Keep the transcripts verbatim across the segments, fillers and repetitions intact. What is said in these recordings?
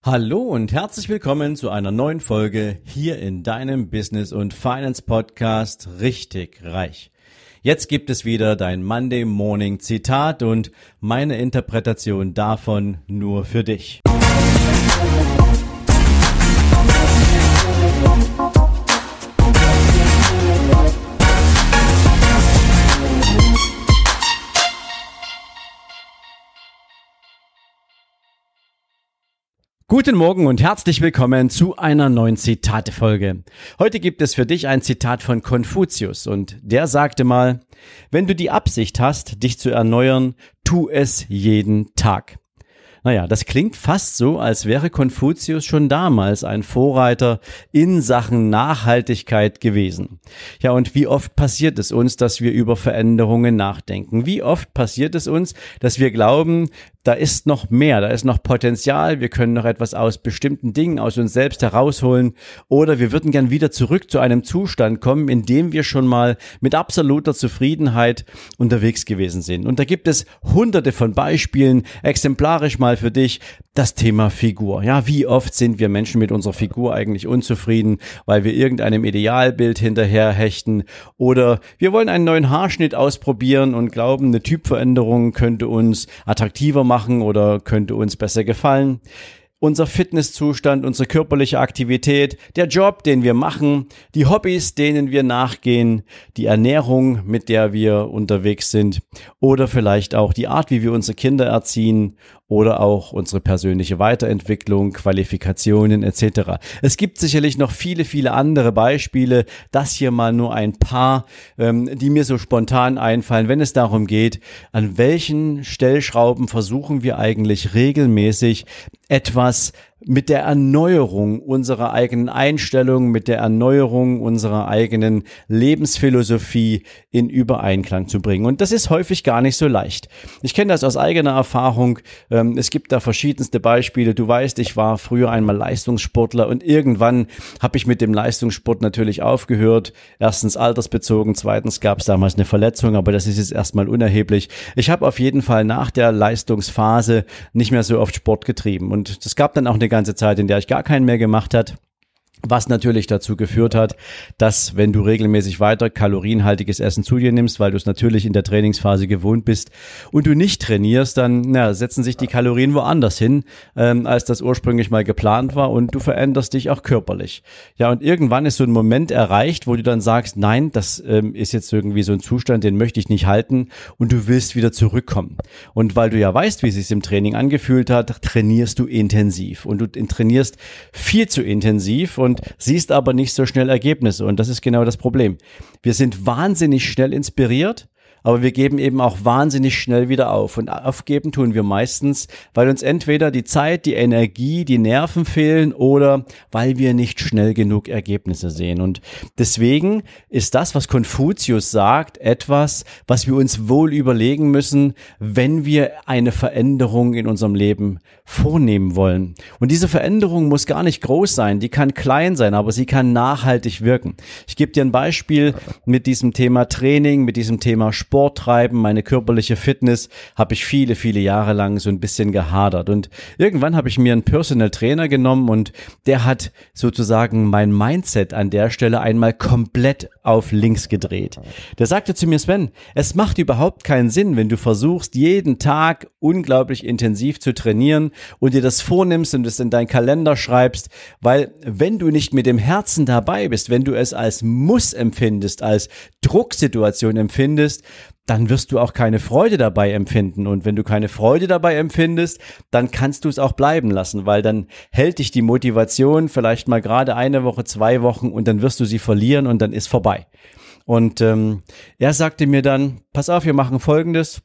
Hallo und herzlich willkommen zu einer neuen Folge hier in deinem Business- und Finance-Podcast Richtig Reich. Jetzt gibt es wieder dein Monday Morning Zitat und meine Interpretation davon nur für dich. Guten Morgen und herzlich willkommen zu einer neuen Zitate-Folge. Heute gibt es für dich ein Zitat von Konfuzius und der sagte mal: Wenn du die Absicht hast, dich zu erneuern, tu es jeden Tag. Naja, das klingt fast so, als wäre Konfuzius schon damals ein Vorreiter in Sachen Nachhaltigkeit gewesen. Ja, und wie oft passiert es uns, dass wir über Veränderungen nachdenken? Wie oft passiert es uns, dass wir glauben, da ist noch mehr, da ist noch Potenzial, wir können noch etwas aus bestimmten Dingen aus uns selbst herausholen oder wir würden gern wieder zurück zu einem Zustand kommen, in dem wir schon mal mit absoluter Zufriedenheit unterwegs gewesen sind. Und da gibt es hunderte von Beispielen, exemplarisch mal für dich das Thema Figur. Ja, wie oft sind wir Menschen mit unserer Figur eigentlich unzufrieden, weil wir irgendeinem Idealbild hinterherhechten oder wir wollen einen neuen Haarschnitt ausprobieren und glauben, eine Typveränderung könnte uns attraktiver machen oder könnte uns besser gefallen. Unser Fitnesszustand, unsere körperliche Aktivität, der Job, den wir machen, die Hobbys, denen wir nachgehen, die Ernährung, mit der wir unterwegs sind oder vielleicht auch die Art, wie wir unsere Kinder erziehen oder auch unsere persönliche Weiterentwicklung, Qualifikationen et cetera. Es gibt sicherlich noch viele, viele andere Beispiele. Das hier mal nur ein paar, ähm, die mir so spontan einfallen, wenn es darum geht, an welchen Stellschrauben versuchen wir eigentlich regelmäßig etwas mit der Erneuerung unserer eigenen Einstellung, mit der Erneuerung unserer eigenen Lebensphilosophie in Übereinklang zu bringen. Und das ist häufig gar nicht so leicht. Ich kenne das aus eigener Erfahrung. Es gibt da verschiedenste Beispiele. Du weißt, ich war früher einmal Leistungssportler und irgendwann habe ich mit dem Leistungssport natürlich aufgehört. Erstens altersbezogen, zweitens gab es damals eine Verletzung, aber das ist jetzt erstmal unerheblich. Ich habe auf jeden Fall nach der Leistungsphase nicht mehr so oft Sport getrieben und es gab dann auch eine ganze Zeit, in der ich gar keinen mehr gemacht hat. Was natürlich dazu geführt hat, dass wenn du regelmäßig weiter kalorienhaltiges Essen zu dir nimmst, weil du es natürlich in der Trainingsphase gewohnt bist und du nicht trainierst, dann na, setzen sich die Kalorien woanders hin, ähm, als das ursprünglich mal geplant war und du veränderst dich auch körperlich. Ja, und irgendwann ist so ein Moment erreicht, wo du dann sagst, nein, das ähm, ist jetzt irgendwie so ein Zustand, den möchte ich nicht halten und du willst wieder zurückkommen. Und weil du ja weißt, wie es sich im Training angefühlt hat, trainierst du intensiv und du trainierst viel zu intensiv und siehst aber nicht so schnell Ergebnisse und das ist genau das Problem. Wir sind wahnsinnig schnell inspiriert, aber wir geben eben auch wahnsinnig schnell wieder auf und aufgeben tun wir meistens, weil uns entweder die Zeit, die Energie, die Nerven fehlen oder weil wir nicht schnell genug Ergebnisse sehen und deswegen ist das, was Konfuzius sagt, etwas, was wir uns wohl überlegen müssen, wenn wir eine Veränderung in unserem Leben vornehmen wollen. Und diese Veränderung muss gar nicht groß sein, die kann klein sein, aber sie kann nachhaltig wirken. Ich gebe dir ein Beispiel mit diesem Thema Training, mit diesem Thema Sport. Sport treiben, meine körperliche Fitness, habe ich viele, viele Jahre lang so ein bisschen gehadert. Und irgendwann habe ich mir einen Personal Trainer genommen und der hat sozusagen mein Mindset an der Stelle einmal komplett auf links gedreht. Der sagte zu mir: Sven, es macht überhaupt keinen Sinn, wenn du versuchst, jeden Tag unglaublich intensiv zu trainieren und dir das vornimmst und es in deinen Kalender schreibst, weil wenn du nicht mit dem Herzen dabei bist, wenn du es als Muss empfindest, als Drucksituation empfindest, dann wirst du auch keine Freude dabei empfinden. Und wenn du keine Freude dabei empfindest, dann kannst du es auch bleiben lassen, weil dann hält dich die Motivation vielleicht mal gerade eine Woche, zwei Wochen und dann wirst du sie verlieren und dann ist vorbei. Und ähm, er sagte mir dann, pass auf, wir machen Folgendes.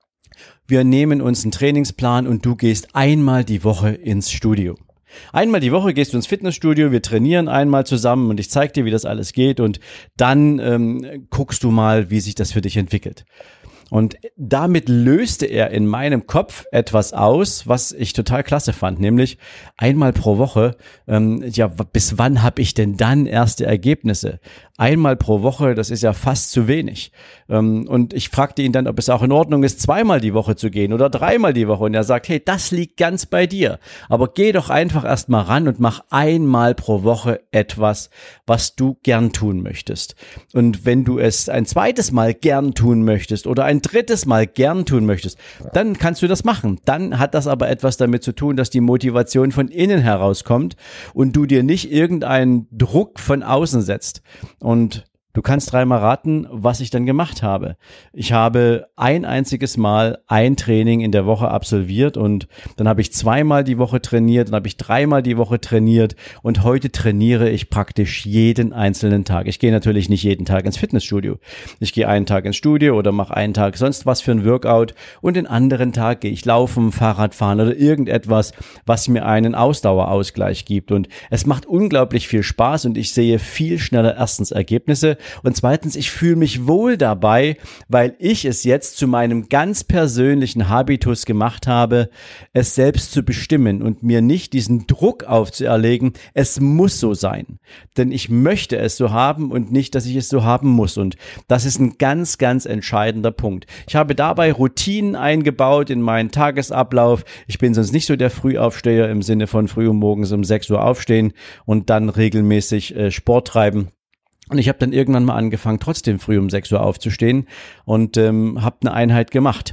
Wir nehmen uns einen Trainingsplan und du gehst einmal die Woche ins Studio. Einmal die Woche gehst du ins Fitnessstudio, wir trainieren einmal zusammen und ich zeige dir, wie das alles geht und dann ähm, guckst du mal, wie sich das für dich entwickelt. Und damit löste er in meinem Kopf etwas aus, was ich total klasse fand, nämlich einmal pro Woche. Ähm, ja, bis wann habe ich denn dann erste Ergebnisse? Einmal pro Woche, das ist ja fast zu wenig. Ähm, und ich fragte ihn dann, ob es auch in Ordnung ist, zweimal die Woche zu gehen oder dreimal die Woche. Und er sagt, hey, das liegt ganz bei dir. Aber geh doch einfach erst mal ran und mach einmal pro Woche etwas, was du gern tun möchtest. Und wenn du es ein zweites Mal gern tun möchtest oder ein drittes Mal gern tun möchtest, dann kannst du das machen. Dann hat das aber etwas damit zu tun, dass die Motivation von innen herauskommt und du dir nicht irgendeinen Druck von außen setzt. Und du kannst dreimal raten, was ich dann gemacht habe. Ich habe ein einziges Mal ein Training in der Woche absolviert und dann habe ich zweimal die Woche trainiert, dann habe ich dreimal die Woche trainiert und heute trainiere ich praktisch jeden einzelnen Tag. Ich gehe natürlich nicht jeden Tag ins Fitnessstudio. Ich gehe einen Tag ins Studio oder mache einen Tag sonst was für ein Workout und den anderen Tag gehe ich laufen, Fahrrad fahren oder irgendetwas, was mir einen Ausdauerausgleich gibt. Und es macht unglaublich viel Spaß und ich sehe viel schneller erstens Ergebnisse. Und zweitens, ich fühle mich wohl dabei, weil ich es jetzt zu meinem ganz persönlichen Habitus gemacht habe, es selbst zu bestimmen und mir nicht diesen Druck aufzuerlegen, es muss so sein. Denn ich möchte es so haben und nicht, dass ich es so haben muss. Und das ist ein ganz, ganz entscheidender Punkt. Ich habe dabei Routinen eingebaut in meinen Tagesablauf. Ich bin sonst nicht so der Frühaufsteher im Sinne von früh um morgens um sechs Uhr aufstehen und dann regelmäßig äh, Sport treiben. Und ich habe dann irgendwann mal angefangen, trotzdem früh um sechs Uhr aufzustehen und ähm, habe eine Einheit gemacht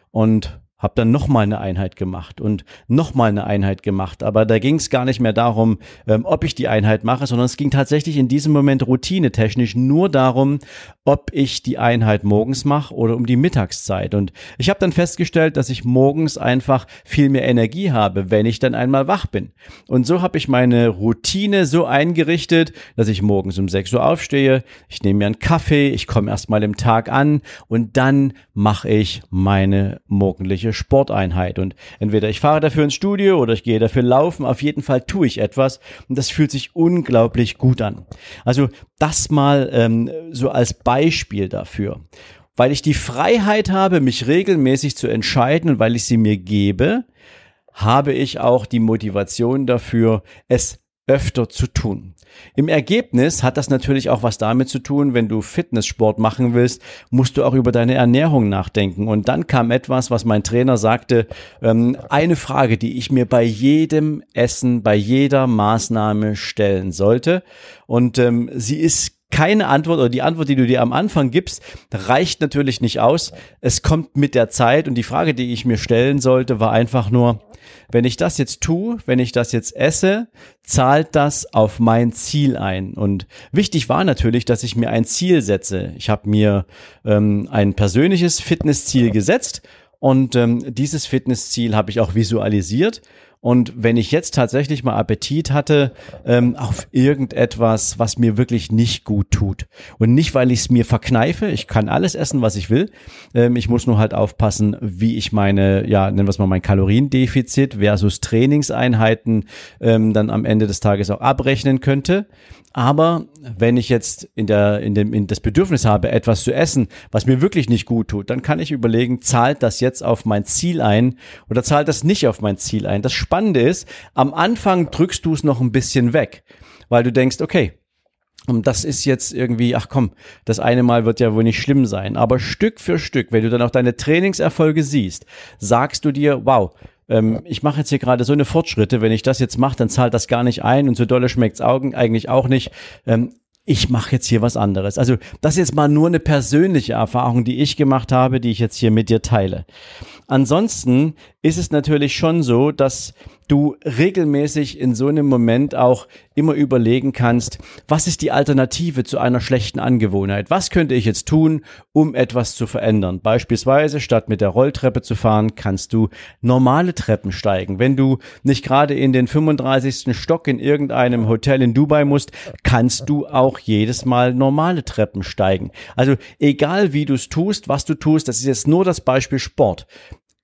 und habe dann nochmal eine Einheit gemacht und nochmal eine Einheit gemacht. Aber da ging es gar nicht mehr darum, ähm, ob ich die Einheit mache, sondern es ging tatsächlich in diesem Moment routinetechnisch nur darum, ob ich die Einheit morgens mache oder um die Mittagszeit. Und ich habe dann festgestellt, dass ich morgens einfach viel mehr Energie habe, wenn ich dann einmal wach bin. Und so habe ich meine Routine so eingerichtet, dass ich morgens um sechs Uhr aufstehe, ich nehme mir einen Kaffee, ich komme erstmal im Tag an und dann mache ich meine morgendliche Sporteinheit. Und entweder ich fahre dafür ins Studio oder ich gehe dafür laufen, auf jeden Fall tue ich etwas und das fühlt sich unglaublich gut an. Also das mal ähm, so als Beispiel dafür. Weil ich die Freiheit habe, mich regelmäßig zu entscheiden und weil ich sie mir gebe, habe ich auch die Motivation dafür, es öfter zu tun. Im Ergebnis hat das natürlich auch was damit zu tun, wenn du Fitnesssport machen willst, musst du auch über deine Ernährung nachdenken. Und dann kam etwas, was mein Trainer sagte, ähm, eine Frage, die ich mir bei jedem Essen, bei jeder Maßnahme stellen sollte. Und ähm, sie ist keine Antwort oder die Antwort, die du dir am Anfang gibst, reicht natürlich nicht aus. Es kommt mit der Zeit und die Frage, die ich mir stellen sollte, war einfach nur, wenn ich das jetzt tue, wenn ich das jetzt esse, zahlt das auf mein Ziel ein. Und wichtig war natürlich, dass ich mir ein Ziel setze. Ich habe mir ähm, ein persönliches Fitnessziel gesetzt und ähm, dieses Fitnessziel habe ich auch visualisiert. Und wenn ich jetzt tatsächlich mal Appetit hatte ähm, auf irgendetwas, was mir wirklich nicht gut tut und nicht, weil ich es mir verkneife, ich kann alles essen, was ich will, ähm, ich muss nur halt aufpassen, wie ich meine, ja, nennen wir es mal mein Kaloriendefizit versus Trainingseinheiten ähm, dann am Ende des Tages auch abrechnen könnte. Aber wenn ich jetzt in der in dem in das Bedürfnis habe, etwas zu essen, was mir wirklich nicht gut tut, dann kann ich überlegen, zahlt das jetzt auf mein Ziel ein oder zahlt das nicht auf mein Ziel ein? Das Spannende ist, am Anfang drückst du es noch ein bisschen weg, weil du denkst, okay, und das ist jetzt irgendwie, ach komm, das eine Mal wird ja wohl nicht schlimm sein. Aber Stück für Stück, wenn du dann auch deine Trainingserfolge siehst, sagst du dir, wow, ähm, ich mache jetzt hier gerade so eine Fortschritte, wenn ich das jetzt mache, dann zahlt das gar nicht ein und so dolle schmeckt's Augen eigentlich auch nicht. Ähm, ich mache jetzt hier was anderes. Also das ist jetzt mal nur eine persönliche Erfahrung, die ich gemacht habe, die ich jetzt hier mit dir teile. Ansonsten ist es natürlich schon so, dass du regelmäßig in so einem Moment auch immer überlegen kannst, was ist die Alternative zu einer schlechten Angewohnheit? Was könnte ich jetzt tun, um etwas zu verändern? Beispielsweise, statt mit der Rolltreppe zu fahren, kannst du normale Treppen steigen. Wenn du nicht gerade in den fünfunddreißigsten Stock in irgendeinem Hotel in Dubai musst, kannst du auch jedes Mal normale Treppen steigen. Also egal wie du es tust, was du tust, das ist jetzt nur das Beispiel Sport.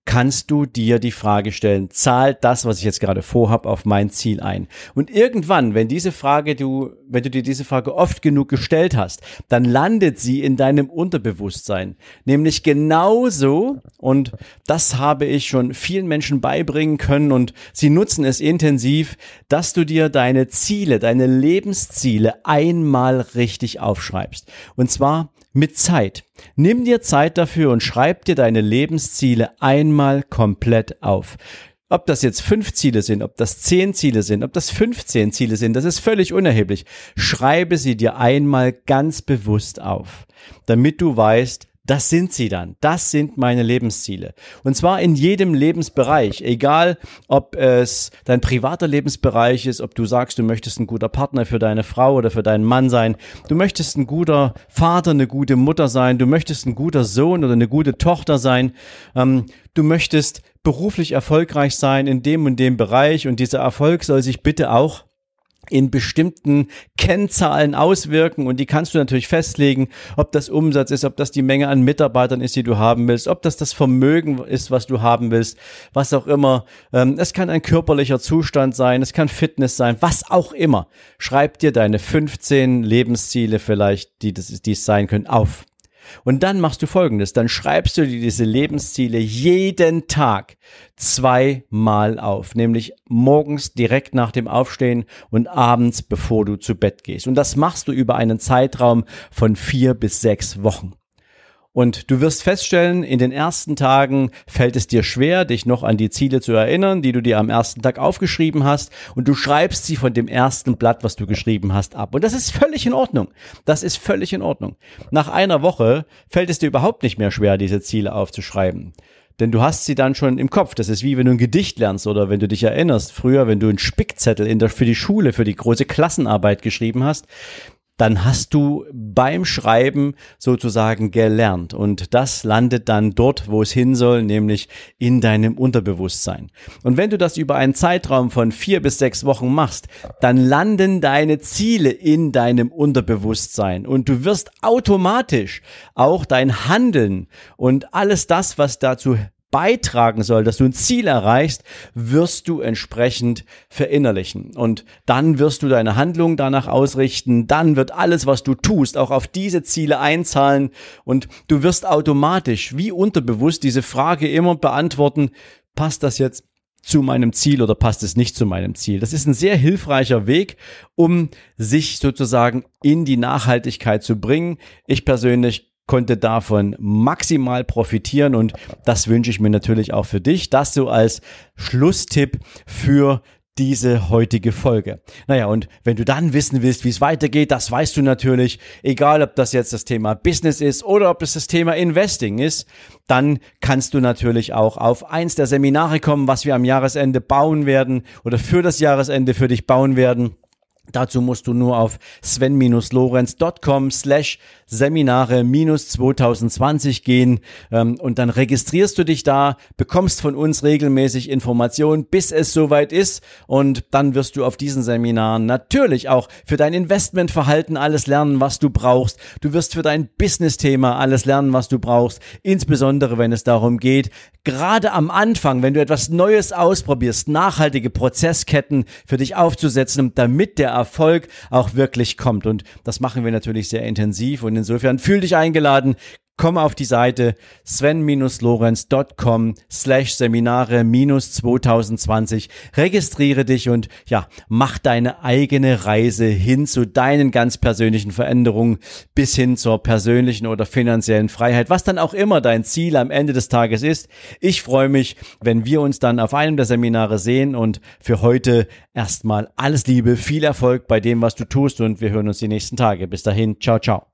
kannst du dir die Frage stellen, zahlt das, was ich jetzt gerade vorhab, auf mein Ziel ein? Und irgendwann, wenn diese Frage du, wenn du dir diese Frage oft genug gestellt hast, dann landet sie in deinem Unterbewusstsein. Nämlich genauso, und das habe ich schon vielen Menschen beibringen können und sie nutzen es intensiv, dass du dir deine Ziele, deine Lebensziele einmal richtig aufschreibst. Und zwar mit Zeit. Nimm dir Zeit dafür und schreib dir deine Lebensziele einmal komplett auf. Ob das jetzt fünf Ziele sind, ob das zehn Ziele sind, ob das fünfzehn Ziele sind, das ist völlig unerheblich. Schreibe sie dir einmal ganz bewusst auf, damit du weißt, das sind sie dann. Das sind meine Lebensziele. Und zwar in jedem Lebensbereich. Egal, ob es dein privater Lebensbereich ist, ob du sagst, du möchtest ein guter Partner für deine Frau oder für deinen Mann sein. Du möchtest ein guter Vater, eine gute Mutter sein. Du möchtest ein guter Sohn oder eine gute Tochter sein. Ähm, du möchtest beruflich erfolgreich sein in dem und dem Bereich. Und dieser Erfolg soll sich bitte auch in bestimmten Kennzahlen auswirken und die kannst du natürlich festlegen, ob das Umsatz ist, ob das die Menge an Mitarbeitern ist, die du haben willst, ob das das Vermögen ist, was du haben willst, was auch immer. Es kann ein körperlicher Zustand sein, es kann Fitness sein, was auch immer. Schreib dir deine fünfzehn Lebensziele vielleicht, die das, die es sein können, auf. Und dann machst du Folgendes, dann schreibst du dir diese Lebensziele jeden Tag zweimal auf, nämlich morgens direkt nach dem Aufstehen und abends, bevor du zu Bett gehst. Und das machst du über einen Zeitraum von vier bis sechs Wochen. Und du wirst feststellen, in den ersten Tagen fällt es dir schwer, dich noch an die Ziele zu erinnern, die du dir am ersten Tag aufgeschrieben hast. Und du schreibst sie von dem ersten Blatt, was du geschrieben hast, ab. Und das ist völlig in Ordnung. Das ist völlig in Ordnung. Nach einer Woche fällt es dir überhaupt nicht mehr schwer, diese Ziele aufzuschreiben. Denn du hast sie dann schon im Kopf. Das ist wie wenn du ein Gedicht lernst oder wenn du dich erinnerst, früher, wenn du einen Spickzettel in der, für die Schule, für die große Klassenarbeit geschrieben hast. Dann hast du beim Schreiben sozusagen gelernt und das landet dann dort, wo es hin soll, nämlich in deinem Unterbewusstsein. Und wenn du das über einen Zeitraum von vier bis sechs Wochen machst, dann landen deine Ziele in deinem Unterbewusstsein und du wirst automatisch auch dein Handeln und alles das, was dazu beitragen soll, dass du ein Ziel erreichst, wirst du entsprechend verinnerlichen. Und dann wirst du deine Handlung danach ausrichten, dann wird alles, was du tust, auch auf diese Ziele einzahlen und du wirst automatisch, wie unterbewusst, diese Frage immer beantworten, passt das jetzt zu meinem Ziel oder passt es nicht zu meinem Ziel? Das ist ein sehr hilfreicher Weg, um sich sozusagen in die Nachhaltigkeit zu bringen. Ich persönlich konnte davon maximal profitieren und das wünsche ich mir natürlich auch für dich. Das so als Schlusstipp für diese heutige Folge. Naja, und wenn du dann wissen willst, wie es weitergeht, das weißt du natürlich, egal ob das jetzt das Thema Business ist oder ob das das Thema Investing ist, dann kannst du natürlich auch auf eins der Seminare kommen, was wir am Jahresende bauen werden oder für das Jahresende für dich bauen werden. Dazu musst du nur auf sven-lorenz.com slash Seminare minus zwanzig zwanzig gehen ähm, und dann registrierst du dich da, bekommst von uns regelmäßig Informationen, bis es soweit ist und dann wirst du auf diesen Seminaren natürlich auch für dein Investmentverhalten alles lernen, was du brauchst. Du wirst für dein Business-Thema alles lernen, was du brauchst, insbesondere wenn es darum geht, gerade am Anfang, wenn du etwas Neues ausprobierst, nachhaltige Prozessketten für dich aufzusetzen, damit der Erfolg auch wirklich kommt. Und das machen wir natürlich sehr intensiv und insofern fühl dich eingeladen. Komm auf die Seite sven-lorenz.com slash Seminare minus zwanzig zwanzig, registriere dich und ja, mach deine eigene Reise hin zu deinen ganz persönlichen Veränderungen bis hin zur persönlichen oder finanziellen Freiheit, was dann auch immer dein Ziel am Ende des Tages ist. Ich freue mich, wenn wir uns dann auf einem der Seminare sehen und für heute erstmal alles Liebe, viel Erfolg bei dem, was du tust und wir hören uns die nächsten Tage. Bis dahin, ciao, ciao.